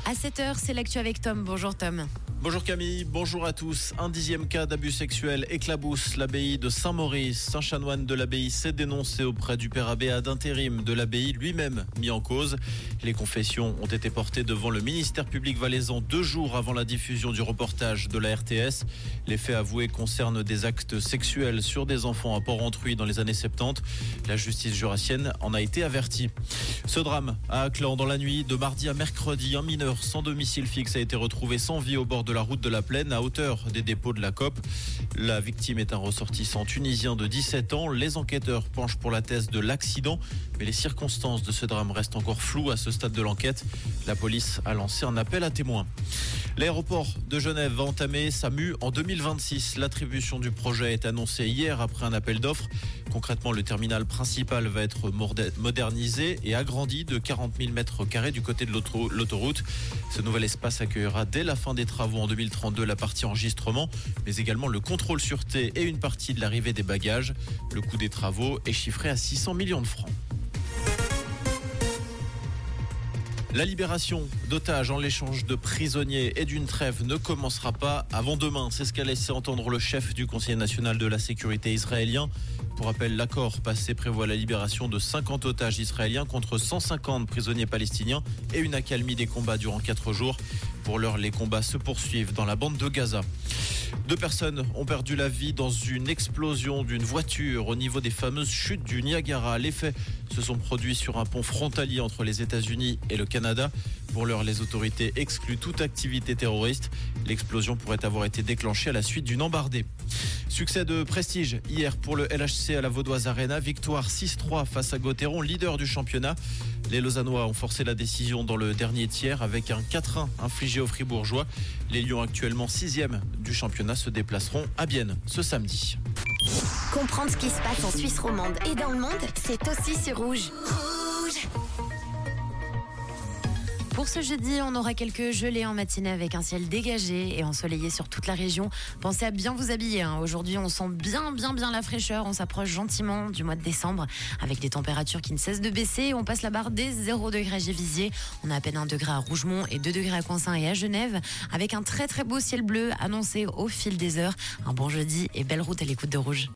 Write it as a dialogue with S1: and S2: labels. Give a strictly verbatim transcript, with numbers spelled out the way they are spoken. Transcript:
S1: À sept heures, c'est l'actu avec Tom. Bonjour Tom.
S2: Bonjour Camille, bonjour à tous. Un dixième cas d'abus sexuel éclabousse l'abbaye de Saint-Maurice. Un chanoine de l'abbaye s'est dénoncé auprès du père abbé d'intérim de l'abbaye, lui-même mis en cause. Les confessions ont été portées devant le ministère public valaisan deux jours avant la diffusion du reportage de la R T S. Les faits avoués concernent des actes sexuels sur des enfants à Port-Entruy dans les années soixante-dix. La justice jurassienne en a été avertie. Ce drame à Aclan dans la nuit de mardi à mercredi, un mineur sans domicile fixe a été retrouvé sans vie au bord de la route de la Plaine à hauteur des dépôts de la C O P. La victime est un ressortissant tunisien de dix-sept ans. Les enquêteurs penchent pour la thèse de l'accident, mais les circonstances de ce drame restent encore floues à ce stade de l'enquête. La police a lancé un appel à témoins. L'aéroport de Genève va entamer sa mue en deux mille vingt-six. L'attribution du projet est annoncée hier après un appel d'offres. Concrètement, le terminal principal va être modernisé et agrandi de quarante mille mètres carrés du côté de l'autoroute. Ce nouvel espace accueillera dès la fin des travaux en deux mille trente-deux la partie enregistrement, mais également le contrôle sûreté et une partie de l'arrivée des bagages. Le coût des travaux est chiffré à six cents millions de francs. La libération d'otages en l'échange de prisonniers et d'une trêve ne commencera pas avant demain. C'est ce qu'a laissé entendre le chef du Conseil national de la sécurité israélien. Pour rappel, l'accord passé prévoit la libération de cinquante otages israéliens contre cent cinquante prisonniers palestiniens et une accalmie des combats durant quatre jours. Pour l'heure, les combats se poursuivent dans la bande de Gaza. Deux personnes ont perdu la vie dans une explosion d'une voiture au niveau des fameuses chutes du Niagara. Les faits se sont produits sur un pont frontalier entre les États-Unis et le Canada. Pour l'heure, les autorités excluent toute activité terroriste. L'explosion pourrait avoir été déclenchée à la suite d'une embardée. Succès de prestige hier pour le L H C à la Vaudoise Arena. Victoire six trois face à Gauthieron, leader du championnat. Les Lausannois ont forcé la décision dans le dernier tiers avec un quatre un infligé aux Fribourgeois. Les Lions, actuellement sixième du championnat, se déplaceront à Bienne ce samedi.
S3: Comprendre ce qui se passe en Suisse romande et dans le monde, c'est aussi sur Rouge. Rouge.
S1: Pour ce jeudi, on aura quelques gelées en matinée avec un ciel dégagé et ensoleillé sur toute la région. Pensez à bien vous habiller. Hein. Aujourd'hui, on sent bien, bien, bien la fraîcheur. On s'approche gentiment du mois de décembre avec des températures qui ne cessent de baisser. On passe la barre des zéro degré à Gévisier. On a à peine un degré à Rougemont et deux degrés à Coinsin et à Genève avec un très, très beau ciel bleu annoncé au fil des heures. Un bon jeudi et belle route à l'écoute de Rouge.